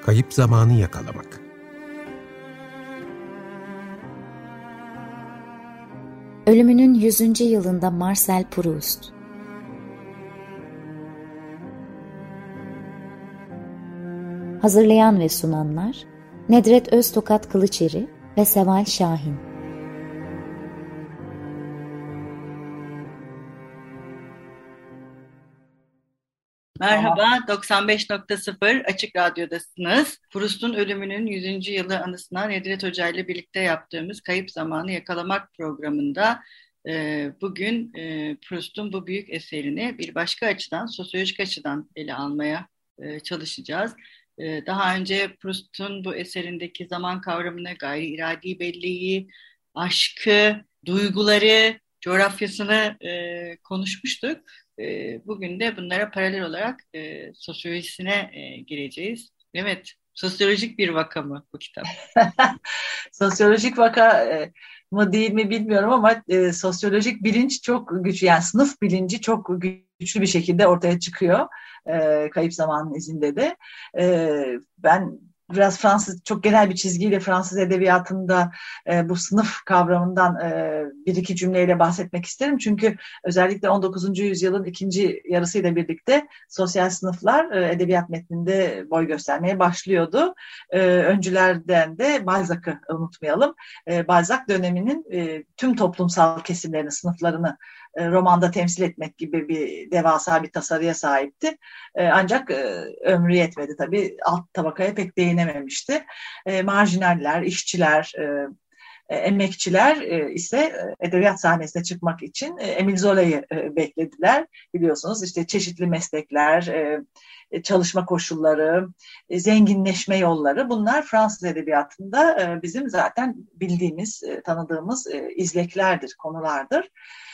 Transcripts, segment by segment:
Kayıp zamanı yakalamak. Ölümünün 100. yılında Marcel Proust. Hazırlayan ve sunanlar Nedret Öztokat Kılıçeri ve Seval Şahin. Merhaba, 95.0 Açık Radyo'dasınız. Proust'un ölümünün 100. yılı anısına Nedret Hoca ile birlikte yaptığımız Kayıp Zamanı Yakalamak programında bugün Proust'un bu büyük eserini bir başka açıdan, sosyolojik açıdan ele almaya çalışacağız. Daha önce Proust'un bu eserindeki zaman kavramını, gayri iradi belleği, aşkı, duyguları, coğrafyasını konuşmuştuk. Bugün de bunlara paralel olarak sosyolojisine gireceğiz. Evet, sosyolojik bir vaka mı bu kitap? Sosyolojik vaka mı değil mi bilmiyorum ama sosyolojik bilinç çok güçlü. Yani sınıf bilinci çok güçlü bir şekilde ortaya çıkıyor. Kayıp Zamanın izinde de. Ben biraz Fransız, çok genel bir çizgiyle Fransız edebiyatında bu sınıf kavramından bir iki cümleyle bahsetmek isterim. Çünkü özellikle 19. yüzyılın ikinci yarısıyla birlikte sosyal sınıflar edebiyat metninde boy göstermeye başlıyordu. Öncülerden de Balzac'ı unutmayalım. Balzac döneminin tüm toplumsal kesimlerini, sınıflarını romanda temsil etmek gibi bir devasa bir tasarıya sahipti. Ancak ömrü yetmedi tabii. Alt tabakaya pek değinememişti. Marjinaller, işçiler, emekçiler ise edebiyat sahnesine çıkmak için Émile Zola'yı beklediler. Biliyorsunuz işte çeşitli meslekler, çalışma koşulları, zenginleşme yolları, bunlar Fransız edebiyatında bizim zaten bildiğimiz, tanıdığımız izleklerdir, konulardır.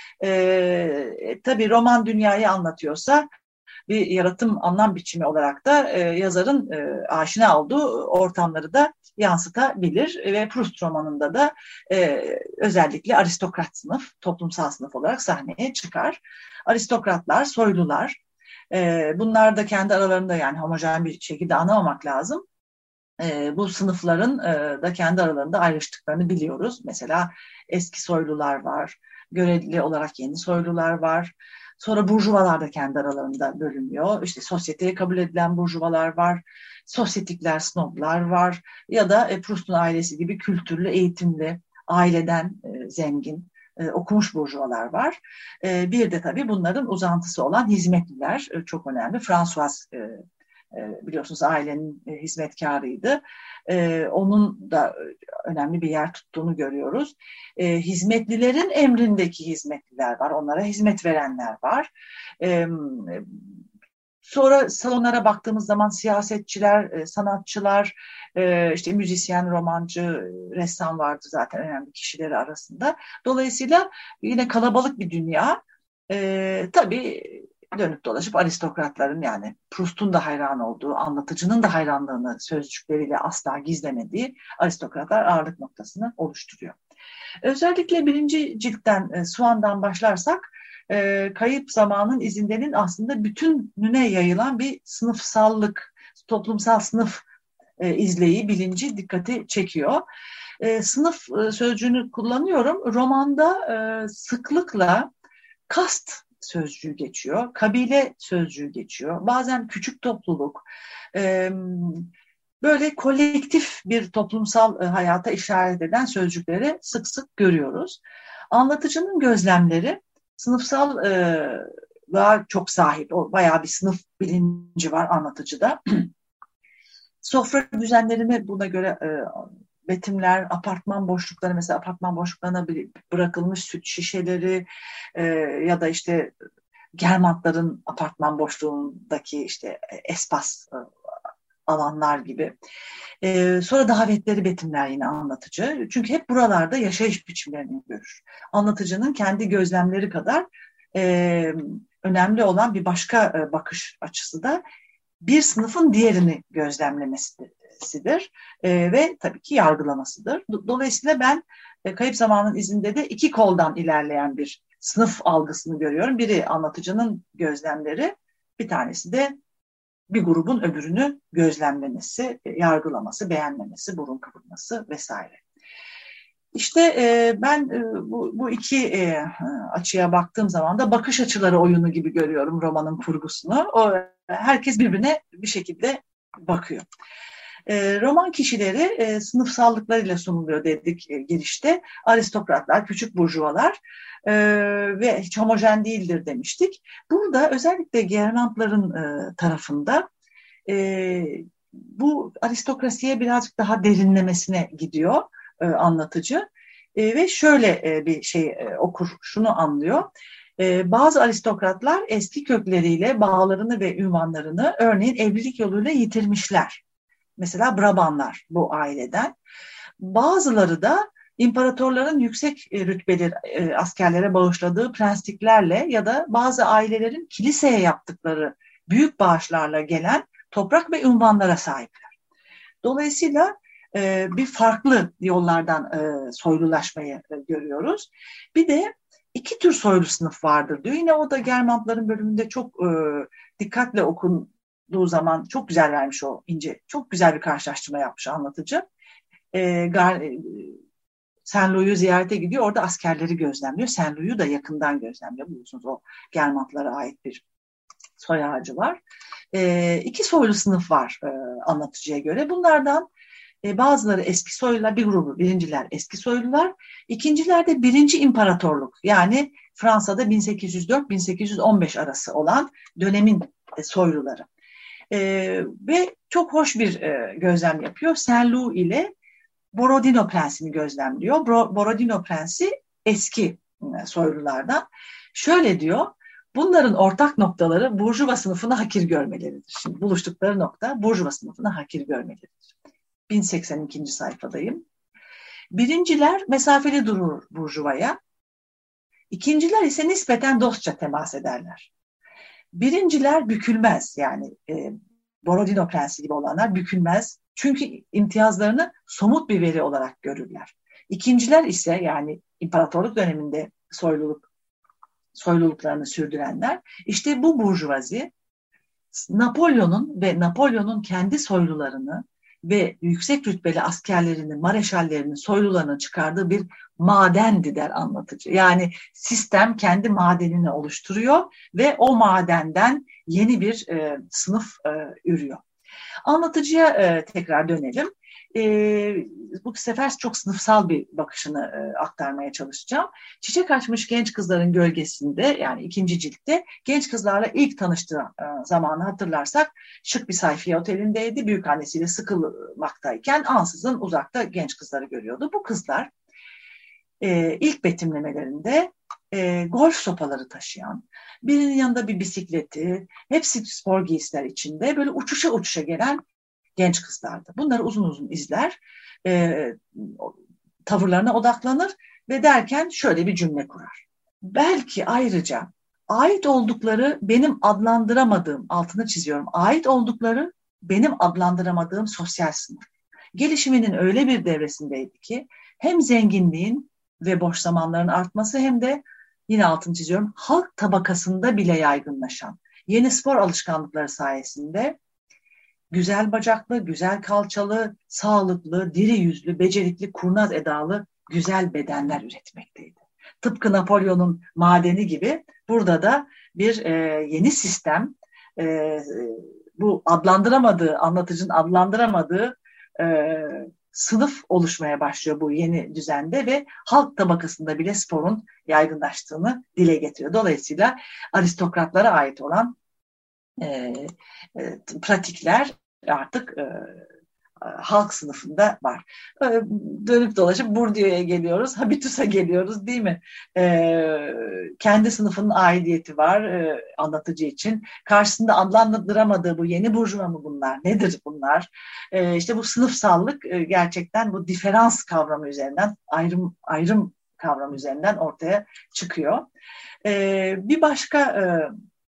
Tabii roman dünyayı anlatıyorsa bir yaratım anlam biçimi olarak da yazarın aşina olduğu ortamları da yansıtabilir ve Proust romanında da özellikle aristokrat sınıf, toplumsal sınıf olarak sahneye çıkar. Aristokratlar, soylular, bunlar da kendi aralarında, yani homojen bir şekilde anlamamak lazım. Bu sınıfların da kendi aralarında ayrıştıklarını biliyoruz. Mesela eski soylular var, görevli olarak yeni soylular var. Sonra burjuvalar da kendi aralarında bölünüyor. İşte sosyeteye kabul edilen burjuvalar var, sosyetikler, snoblar var ya da Proust'un ailesi gibi kültürlü, eğitimli, aileden zengin, okumuş burjuvalar var. Bir de tabii bunların uzantısı olan hizmetliler çok önemli. François biliyorsunuz ailenin hizmetkarıydı. Onun da önemli bir yer tuttuğunu görüyoruz. Hizmetlilerin emrindeki hizmetliler var. Onlara hizmet verenler var. Sonra salonlara baktığımız zaman siyasetçiler, sanatçılar, işte müzisyen, romancı, ressam vardı zaten önemli kişileri arasında. Dolayısıyla yine kalabalık bir dünya. Tabii dönüp dolaşıp aristokratların, yani Proust'un da hayran olduğu, anlatıcının da hayranlığını sözcükleriyle asla gizlemediği aristokratlar ağırlık noktasını oluşturuyor. Özellikle birinci ciltten, Swan'dan başlarsak, Kayıp Zamanın izindenin aslında bütününe yayılan bir sınıfsallık, toplumsal sınıf izleyi, bilinci dikkati çekiyor. Sınıf sözcüğünü kullanıyorum. Romanda sıklıkla kast sözcüğü geçiyor, kabile sözcüğü geçiyor. Bazen küçük topluluk, böyle kolektif bir toplumsal hayata işaret eden sözcükleri sık sık görüyoruz. Anlatıcının gözlemleri sınıfsallığa çok sahip. O bayağı bir sınıf bilinci var anlatıcıda. Sofra düzenlerini buna göre betimler, apartman boşlukları, mesela apartman boşluklarına bırakılmış süt şişeleri ya da işte Germantların apartman boşluğundaki işte espas alanlar gibi. Sonra davetleri betimler yine anlatıcı. Çünkü hep buralarda yaşayış biçimlerini görür. Anlatıcının kendi gözlemleri kadar önemli olan bir başka bakış açısı da bir sınıfın diğerini gözlemlemesidir ve tabii ki yargılamasıdır. Dolayısıyla ben Kayıp Zamanın izinde de iki koldan ilerleyen bir sınıf algısını görüyorum. Biri anlatıcının gözlemleri, bir tanesi de bir grubun öbürünü gözlemlemesi, yargılaması, beğenmemesi, burun kıvırması vesaire. İşte ben bu iki açıya baktığım zaman da bakış açıları oyunu gibi görüyorum romanın kurgusunu. Herkes birbirine bir şekilde bakıyor. Roman kişileri sınıfsallıklarıyla sunuluyor dedik girişte. Aristokratlar, küçük burjuvalar ve hiç homojen değildir demiştik. Burada özellikle Germantların tarafında bu aristokrasiye birazcık daha derinlemesine gidiyor anlatıcı. Ve şöyle bir şey okur, şunu anlıyor. Bazı aristokratlar eski kökleriyle bağlarını ve ünvanlarını örneğin evlilik yoluyla yitirmişler. Mesela Brabanlar bu aileden. Bazıları da imparatorların yüksek rütbeli askerlere bağışladığı prensliklerle ya da bazı ailelerin kiliseye yaptıkları büyük bağışlarla gelen toprak ve ünvanlara sahipler. Dolayısıyla bir farklı yollardan soylulaşmayı görüyoruz. Bir de iki tür soylu sınıf vardır diyor. Yine o da Germantların bölümünde çok dikkatle okunduğu zaman çok güzel vermiş o ince. Çok güzel bir karşılaştırma yapmış anlatıcı. Saint-Louis'u ziyarete gidiyor. Orada askerleri gözlemliyor. Saint-Louis'u da yakından gözlemliyor. Biliyorsunuz o Germantlara ait bir soy ağacı var. İki soylu sınıf var anlatıcıya göre. Bunlardan bazıları eski soylular, bir grubu birinciler eski soylular, ikinciler de birinci imparatorluk yani Fransa'da 1804-1815 arası olan dönemin soyluları. Ve çok hoş bir gözlem yapıyor. Saint-Louis ile Borodino Prensi'ni gözlemliyor. Borodino Prensi eski soylulardan. Şöyle diyor, bunların ortak noktaları burjuva sınıfını hakir görmeleridir. Şimdi buluştukları nokta burjuva sınıfını hakir görmeleridir. 1082. sayfadayım. Birinciler mesafeli durur burjuvaya. İkinciler ise nispeten dostça temas ederler. Birinciler bükülmez yani Borodino Prensi gibi olanlar bükülmez. Çünkü imtiyazlarını somut bir veri olarak görürler. İkinciler ise yani imparatorluk döneminde soyluluklarını sürdürenler işte bu burjuvazi Napolyon'un ve Napolyon'un kendi soylularını ve yüksek rütbeli askerlerini, mareşallerini, soylularını çıkardığı bir madendi der anlatıcı. Yani sistem kendi madenini oluşturuyor ve o madenden yeni bir sınıf ürüyor. Anlatıcıya tekrar dönelim. Bu sefer çok sınıfsal bir bakışını aktarmaya çalışacağım. Çiçek açmış genç kızların gölgesinde yani 2. ciltte genç kızlarla ilk tanıştığı zamanı hatırlarsak şık bir sayfiye otelindeydi. Büyükannesiyle sıkılmaktayken ansızın uzakta genç kızları görüyordu. Bu kızlar ilk betimlemelerinde golf sopaları taşıyan, birinin yanında bir bisikleti, hepsi spor giysiler içinde böyle uçuşa gelen genç kızlardı. Bunları uzun uzun izler, tavırlarına odaklanır ve derken şöyle bir cümle kurar. Belki ayrıca ait oldukları benim adlandıramadığım, altını çiziyorum, ait oldukları benim adlandıramadığım sosyal sınıf. Gelişiminin öyle bir devresindeydi ki hem zenginliğin ve boş zamanların artması hem de yine altını çiziyorum halk tabakasında bile yaygınlaşan yeni spor alışkanlıkları sayesinde güzel bacaklı, güzel kalçalı, sağlıklı, diri yüzlü, becerikli, kurnaz edalı güzel bedenler üretmekteydi. Tıpkı Napolyon'un madeni gibi burada da bir yeni sistem, bu anlatıcının adlandıramadığı sınıf oluşmaya başlıyor bu yeni düzende ve halk tabakasında bile sporun yaygınlaştığını dile getiriyor. Dolayısıyla aristokratlara ait olan pratikler artık halk sınıfında var. Dönüp dolaşıp Bourdieu'ya geliyoruz, Habitus'a geliyoruz değil mi? Kendi sınıfının aidiyeti var anlatıcı için. Karşısında adlandıramadığı bu yeni burjuva mı bunlar? Nedir bunlar? İşte bu sınıfsallık gerçekten bu diferans kavramı üzerinden, ayrım kavramı üzerinden ortaya çıkıyor. Bir başka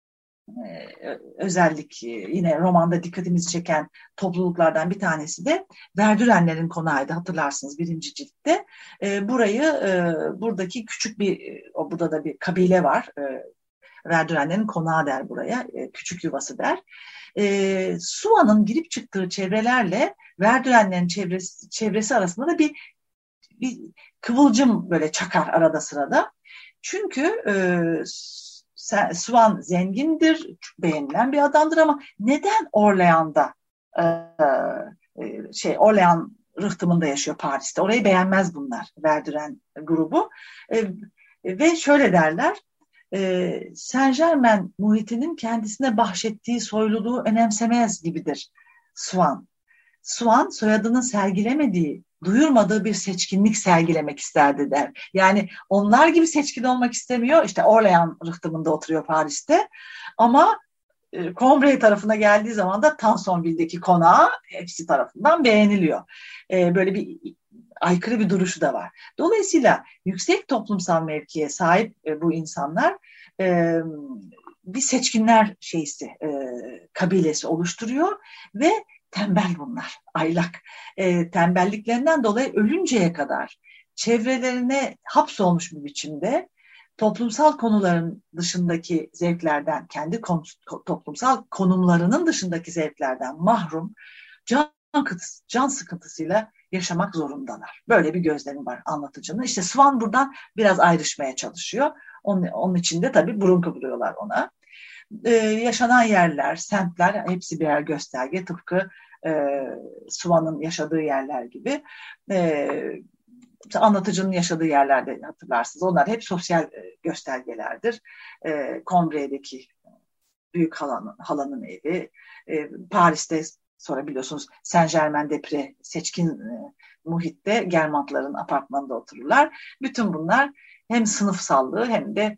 özellik yine romanda dikkatimizi çeken topluluklardan bir tanesi de Verdürenlerin konağıydı hatırlarsınız 1. ciltte. Buradaki küçük burada da bir kabile var. Verdürenlerin konağı der buraya, küçük yuvası der. Swan'ın girip çıktığı çevrelerle Verdürenlerin çevresi arasında da bir kıvılcım böyle çakar arada sırada. Çünkü Swan zengindir, çok beğenilen bir adamdır ama neden Orleans'da Orleans rıhtımında yaşıyor Paris'te? Orayı beğenmez bunlar, Verdüren grubu. Ve şöyle derler, Saint-Germain muhitinin kendisine bahşettiği soyluluğu önemsemez gibidir Swan. Swan soyadının sergilemediği, duyurmadığı bir seçkinlik sergilemek isterdi der. Yani onlar gibi seçkin olmak istemiyor. İşte Orleans rıhtımında oturuyor Paris'te. Ama Cambrai tarafına geldiği zaman da Tansonville'deki konağı hepsi tarafından beğeniliyor. Böyle bir aykırı bir duruşu da var. Dolayısıyla yüksek toplumsal mevkiye sahip bu insanlar bir seçkinler kabilesi oluşturuyor ve tembel bunlar, aylak. Tembelliklerinden dolayı ölünceye kadar çevrelerine hapsolmuş bir biçimde toplumsal konuların dışındaki zevklerden, kendi toplumsal konumlarının dışındaki zevklerden mahrum, can sıkıntısıyla yaşamak zorundalar. Böyle bir gözlemi var anlatıcının. İşte Swan buradan biraz ayrışmaya çalışıyor. Onun için de tabii burun kıvırıyorlar ona. Yaşanan yerler, semtler hepsi birer gösterge. Tıpkı Swan'ın yaşadığı yerler gibi. Anlatıcının yaşadığı yerlerde hatırlarsınız. Onlar hep sosyal göstergelerdir. Combray'deki büyük halanın evi, Paris'te sonra biliyorsunuz Saint-Germain-des-Prés seçkin muhitte Germantların apartmanında otururlar. Bütün bunlar hem sınıfsallığı hem de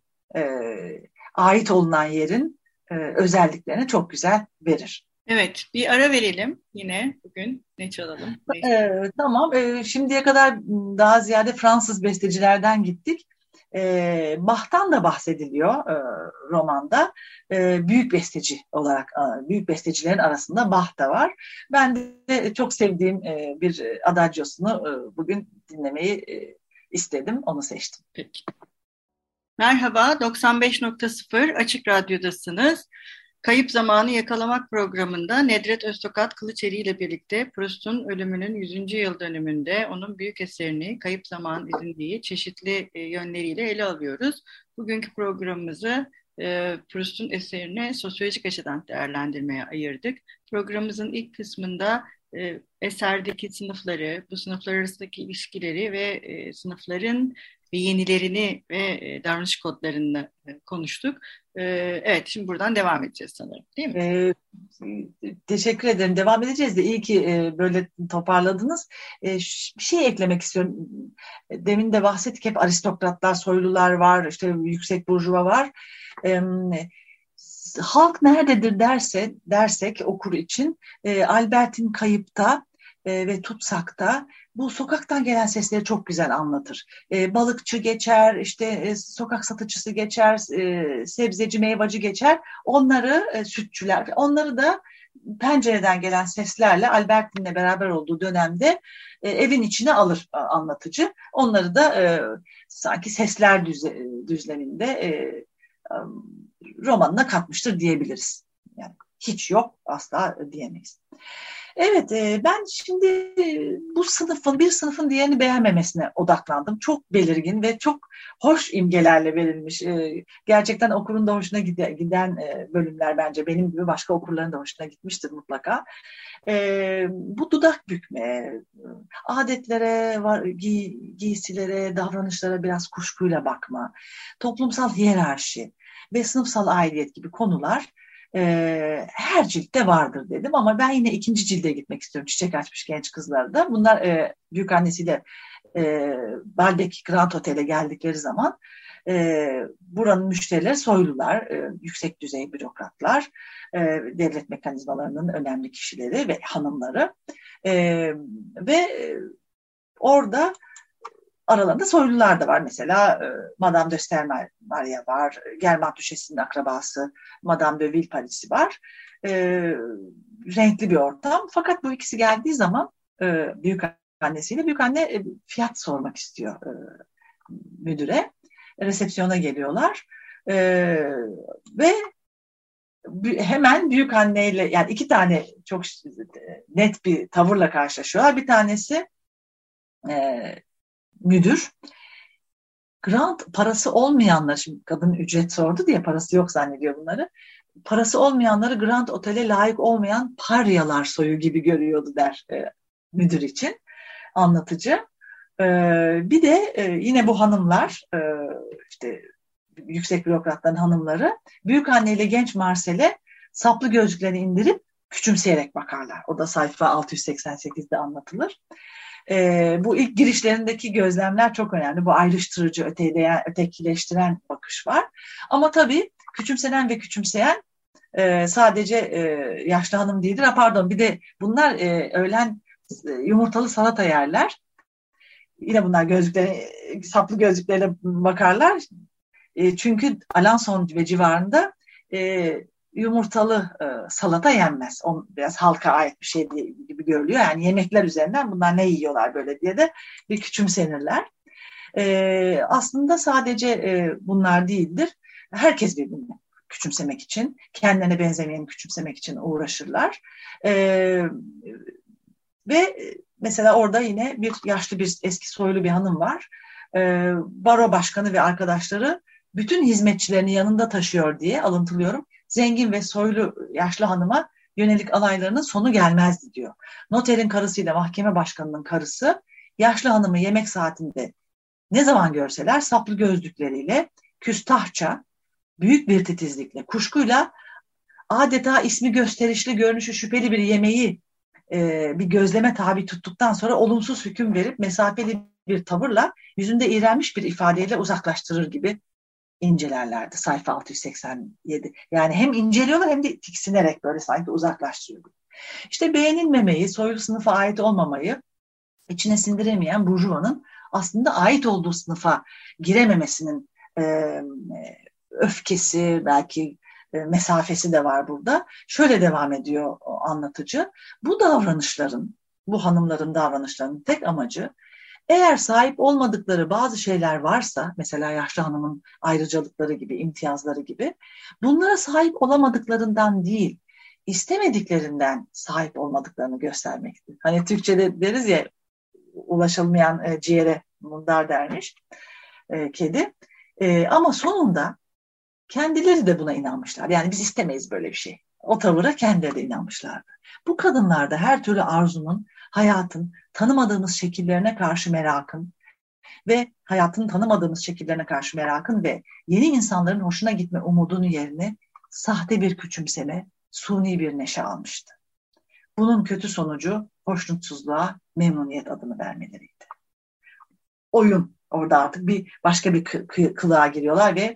ait olunan yerin özelliklerini çok güzel verir. Evet, bir ara verelim yine bugün. Ne çalalım? Tamam, şimdiye kadar daha ziyade Fransız bestecilerden gittik. Bach'tan da bahsediliyor romanda. Büyük besteci olarak, büyük bestecilerin arasında Bach da var. Ben de çok sevdiğim bir adagiosunu bugün dinlemeyi istedim, onu seçtim. Peki. Merhaba, 95.0 Açık Radyo'dasınız. Kayıp Zamanı Yakalamak programında Nedret Öztokat Kılıçeri ile birlikte Proust'un ölümünün 100. yıl dönümünde onun büyük eserini Kayıp Zaman izinliği çeşitli yönleriyle ele alıyoruz. Bugünkü programımızı Proust'un eserini sosyolojik açıdan değerlendirmeye ayırdık. Programımızın ilk kısmında eserdeki sınıfları, bu sınıflar arasındaki ilişkileri ve sınıfların yenilerini ve davranış kodlarını konuştuk. Evet, şimdi buradan devam edeceğiz sanırım, değil mi? Teşekkür ederim. Devam edeceğiz de iyi ki böyle toparladınız. Bir şey eklemek istiyorum. Demin de bahsettik, hep aristokratlar, soylular var, işte yüksek burjuva var. Halk nerededir dersek okur için Albert'in Kayıp'ta ve Tutsak'ta bu sokaktan gelen sesleri çok güzel anlatır. Balıkçı geçer, işte sokak satıcısı geçer, sebzeci, meyvacı geçer. Onları sütçüler, onları da pencereden gelen seslerle Albertin'le beraber olduğu dönemde evin içine alır anlatıcı. Onları da sanki sesler düzleminde romanına katmıştır diyebiliriz. Yani hiç yok asla diyemeyiz. Evet, ben şimdi bir sınıfın diğerini beğenmemesine odaklandım. Çok belirgin ve çok hoş imgelerle verilmiş. Gerçekten okurun da hoşuna giden bölümler bence. Benim gibi başka okurların da hoşuna gitmiştir mutlaka. Bu dudak bükme, adetlere, giysilere, davranışlara biraz kuşkuyla bakma, toplumsal hiyerarşi ve sınıfsal aidiyet gibi konular her ciltte vardır dedim ama ben yine ikinci cilde gitmek istiyorum. Çiçek Açmış Genç Kızlar'da. Bunlar büyükannesiyle Balbec Grand Hotel'e geldikleri zaman buranın müşterileri soylular, yüksek düzey bürokratlar, devlet mekanizmalarının önemli kişileri ve hanımları ve orada aralarında soylular da var. Mesela Madame de Stermaria var, Germant Düşesi'nin akrabası Madame de Villeparis'i var. Renkli bir ortam. Fakat bu ikisi geldiği zaman büyükannesiyle, büyükanne fiyat sormak istiyor müdüre. Resepsiyona geliyorlar. Ve hemen büyük anneyle, yani iki tane çok net bir tavırla karşılaşıyorlar. Bir tanesi müdür. Grant parası olmayanlar, şimdi kadın ücret sordu diye parası yok zannediyor bunları. Parası olmayanları Grand Otel'e layık olmayan paryalar soyu gibi görüyordu der müdür için anlatıcı. Bir de yine bu hanımlar, işte yüksek bürokratların hanımları, büyükanne ile genç Marcel'e saplı gözlüklerini indirip küçümseyerek bakarlar. O da sayfa 688'de anlatılır. Bu ilk girişlerindeki gözlemler çok önemli. Bu ayrıştırıcı, ötekileştiren bakış var. Ama tabii küçümsenen ve küçümseyen sadece yaşlı hanım değildir. Pardon, bir de bunlar öğlen yumurtalı salata yerler. Yine bunlar saplı gözlüklerle bakarlar. Çünkü Alençon ve civarında yumurtalı salata yenmez. O biraz halka ait bir şey gibi görülüyor. Yani yemekler üzerinden bunlar ne yiyorlar böyle diye de bir küçümsenirler. Aslında sadece bunlar değildir. Herkes birbirini küçümsemek için, kendilerine benzemeyeni küçümsemek için uğraşırlar. Ve mesela orada yine yaşlı bir eski soylu bir hanım var. Baro başkanı ve arkadaşları bütün hizmetçilerini yanında taşıyor diye alıntılıyorum. Zengin ve soylu yaşlı hanıma yönelik alaylarının sonu gelmezdi diyor. Noterin karısıyla mahkeme başkanının karısı yaşlı hanımı yemek saatinde ne zaman görseler saplı gözlükleriyle, küstahça, büyük bir titizlikle, kuşkuyla adeta ismi gösterişli, görünüşü şüpheli bir yemeği bir gözleme tabi tuttuktan sonra olumsuz hüküm verip mesafeli bir tavırla yüzünde iğrenmiş bir ifadeyle uzaklaştırır gibi incelerlerdi. Sayfa 687. Yani hem inceliyorlar hem de tiksinerek böyle sanki uzaklaştırıyor. İşte beğenilmemeyi, soylu sınıfa ait olmamayı içine sindiremeyen burjuvanın aslında ait olduğu sınıfa girememesinin öfkesi, belki mesafesi de var burada. Şöyle devam ediyor anlatıcı. Bu hanımların davranışlarının tek amacı, eğer sahip olmadıkları bazı şeyler varsa, mesela yaşlı hanımın ayrıcalıkları gibi, imtiyazları gibi, bunlara sahip olamadıklarından değil, istemediklerinden sahip olmadıklarını göstermektir. Hani Türkçe'de deriz ya, ulaşılmayan ciğere mundar dermiş kedi. Ama sonunda kendileri de buna inanmışlar. Yani biz istemeyiz böyle bir şey. O tavıra kendileri de inanmışlardı. Bu kadınlarda her türlü arzunun, hayatın tanımadığımız şekillerine karşı merakın ve yeni insanların hoşuna gitme umudunun yerine sahte bir küçümseme, suni bir neşe almıştı. Bunun kötü sonucu hoşnutsuzluğa memnuniyet adını vermeleriydi. Oyun, orada artık başka bir kılığa giriyorlar ve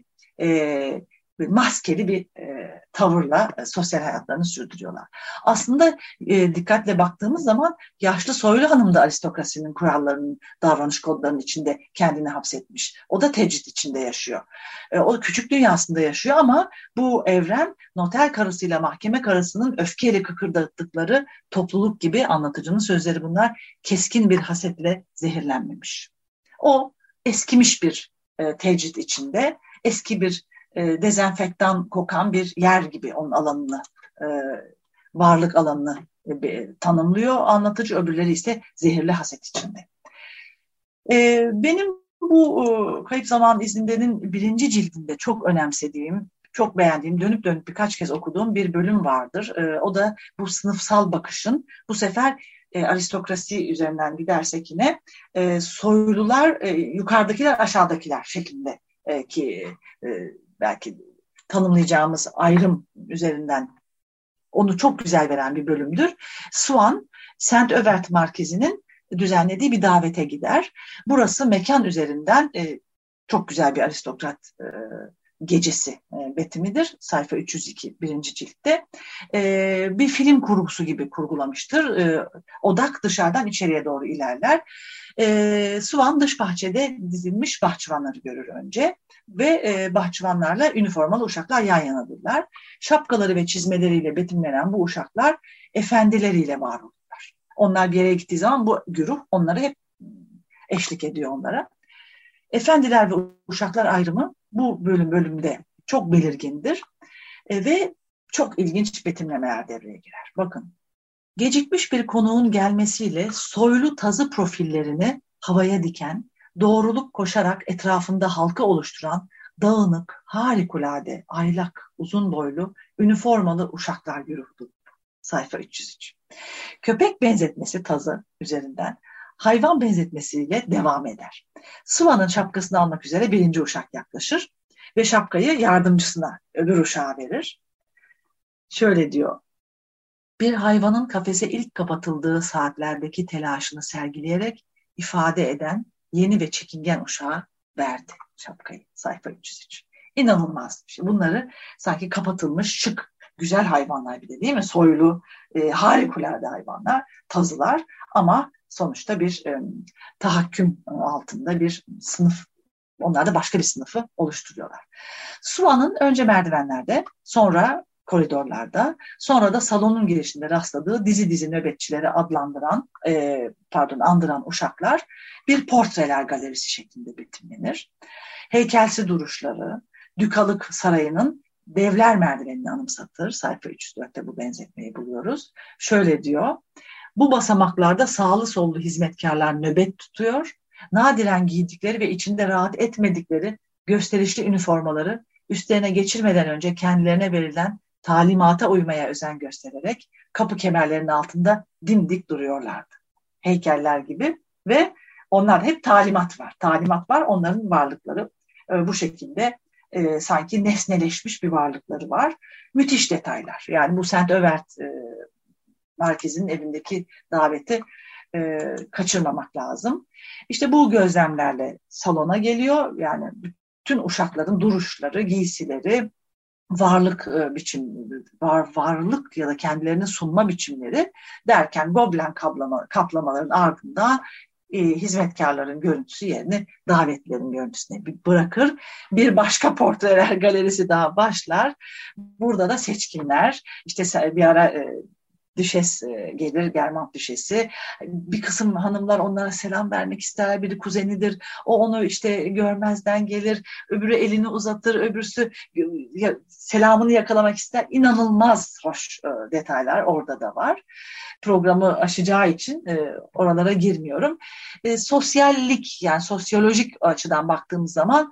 maskeli bir tavırla sosyal hayatlarını sürdürüyorlar. Aslında dikkatle baktığımız zaman yaşlı soylu hanım da aristokrasinin kurallarının, davranış kodlarının içinde kendini hapsetmiş. O da tecrit içinde yaşıyor. O küçük dünyasında yaşıyor ama bu evren noter karısıyla mahkeme karısının öfkeyle kıkırdattıkları topluluk gibi, anlatıcının sözleri bunlar, keskin bir hasetle zehirlenmemiş. O eskimiş bir tecrit içinde, eski bir dezenfektan kokan bir yer gibi onun alanını, varlık alanını tanımlıyor anlatıcı. Öbürleri ise zehirli haset içinde. Benim bu Kayıp Zaman İzinde'nin 1. cildinde çok önemsediğim, çok beğendiğim, dönüp dönüp birkaç kez okuduğum bir bölüm vardır. O da bu sınıfsal bakışın, bu sefer aristokrasi üzerinden gidersek yine soylular yukarıdakiler aşağıdakiler şeklinde ki belki tanımlayacağımız ayrım üzerinden onu çok güzel veren bir bölümdür. Swann, Saint-Övrät Merkezi'nin düzenlediği bir davete gider. Burası mekan üzerinden çok güzel bir aristokrat gecesi betimidir. Sayfa 302 1. ciltte. Bir film kurgusu gibi kurgulamıştır. Odak dışarıdan içeriye doğru ilerler. Swann dış bahçede dizilmiş bahçıvanları görür önce ve bahçıvanlarla üniformalı uşaklar yan yanadırlar. Şapkaları ve çizmeleriyle betimlenen bu uşaklar efendileriyle var olurlar. Onlar bir yere gittiği zaman bu güruh onları hep eşlik ediyor onlara. Efendiler ve uşaklar ayrımı bu bölümde çok belirgindir. Ve çok ilginç betimlemeler devreye girer. Bakın, gecikmiş bir konuğun gelmesiyle soylu tazı profillerini havaya diken, doğruluk koşarak etrafında halka oluşturan dağınık, harikulade, aylak, uzun boylu, üniformalı uşaklar güruhtu. Sayfa 303. Köpek benzetmesi tazı üzerinden hayvan benzetmesiyle devam eder. Sıvanın şapkasını almak üzere birinci uşak yaklaşır ve şapkayı yardımcısına, öbür uşağa verir. Şöyle diyor: bir hayvanın kafese ilk kapatıldığı saatlerdeki telaşını sergileyerek ifade eden yeni ve çekingen uşağa verdi şapkayı. Sayfa 303. İnanılmaz bir şey. Bunları sanki kapatılmış şık, güzel hayvanlar, bir de değil mi? Soylu, harikulade hayvanlar, tazılar, ama sonuçta bir tahakküm altında bir sınıf. Onlar da başka bir sınıfı oluşturuyorlar. Suan'ın önce merdivenlerde, sonra koridorlarda, sonra da salonun girişinde rastladığı dizi dizi nöbetçileri andıran uşaklar bir portreler galerisi şeklinde betimlenir. Heykelsi duruşları, Dükalık Sarayı'nın Devler Merdivenini anımsatır. Sayfa 304'te bu benzetmeyi buluyoruz. Şöyle diyor: bu basamaklarda sağlı sollu hizmetkarlar nöbet tutuyor. Nadiren giydikleri ve içinde rahat etmedikleri gösterişli üniformaları üstlerine geçirmeden önce kendilerine verilen talimata uymaya özen göstererek kapı kemerlerinin altında dimdik duruyorlardı. Heykeller gibi ve onlar hep talimat var. Talimat var, onların varlıkları bu şekilde sanki nesneleşmiş bir varlıkları var. Müthiş detaylar. Yani bu Saint-Överth merkezinin evindeki daveti kaçırmamak lazım. İşte bu gözlemlerle salona geliyor. Yani bütün uşakların duruşları, giysileri, varlık varlık ya da kendilerini sunma biçimleri derken Goblen kaplamaların ardında hizmetkarların görüntüsü yerini davetlilerin görüntüsüne bırakır. Bir başka portreler galerisi daha başlar. Burada da seçkinler, işte bir ara Düşes gelir, Germant Düşesi. Bir kısım hanımlar onlara selam vermek ister. Biri kuzenidir. O onu işte görmezden gelir. Öbürü elini uzatır. Öbürsü selamını yakalamak ister. İnanılmaz hoş detaylar orada da var. Programı aşacağı için oralara girmiyorum. Sosyallik, yani sosyolojik açıdan baktığımız zaman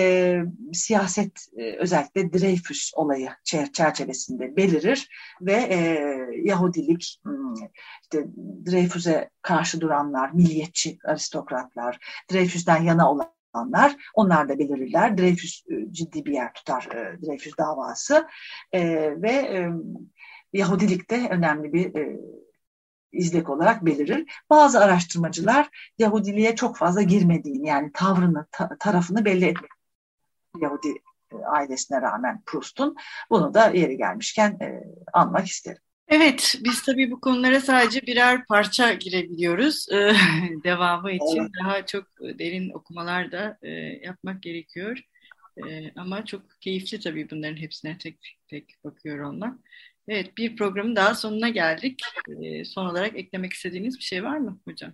siyaset özellikle Dreyfus olayı çerçevesinde belirir ve Yahudilik, işte Dreyfus'e karşı duranlar, milliyetçi aristokratlar, Dreyfus'tan yana olanlar, onlar da belirirler. Dreyfus ciddi bir yer tutar, Dreyfus davası ve Yahudilik de önemli bir izlek olarak belirir. Bazı araştırmacılar Yahudiliğe çok fazla girmediğini, yani tavrını, tarafını belli etmek, Yahudi ailesine rağmen Proust'un, bunu da yeri gelmişken anmak isterim. Evet, biz tabii bu konulara sadece birer parça girebiliyoruz. Devamı için daha çok derin okumalar da yapmak gerekiyor. Ama çok keyifli tabii bunların hepsine tek tek bakıyor olmak. Evet, bir programın daha sonuna geldik. Son olarak eklemek istediğiniz bir şey var mı hocam?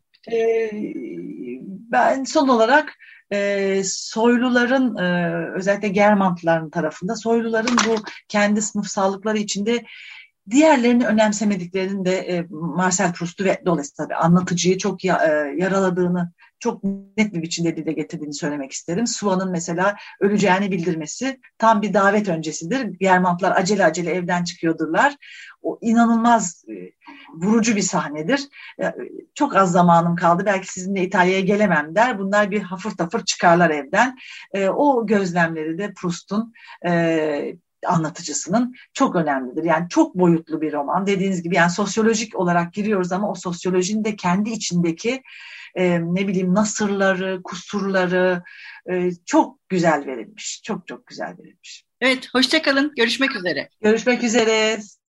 Ben son olarak soyluların, özellikle Germantların tarafında, soyluların bu kendi sınıfsallıkları içinde diğerlerini önemsemediklerini de Marcel Proust'u ve dolayısıyla tabii anlatıcıyı çok yaraladığını, çok net bir biçimde dile getirdiğini söylemek isterim. Suan'ın mesela öleceğini bildirmesi tam bir davet öncesidir. Germantlar acele acele evden çıkıyordurlar. O inanılmaz vurucu bir sahnedir. Çok az zamanım kaldı, belki sizinle İtalya'ya gelemem der. Bunlar bir hafır tafır çıkarlar evden. O gözlemleri de Proust'un anlatıcısının çok önemlidir. Yani çok boyutlu bir roman. Dediğiniz gibi, yani sosyolojik olarak giriyoruz ama o sosyolojinin de kendi içindeki nasırları, kusurları çok güzel verilmiş. Çok çok güzel verilmiş. Evet, hoşça kalın. Görüşmek üzere. Görüşmek üzere.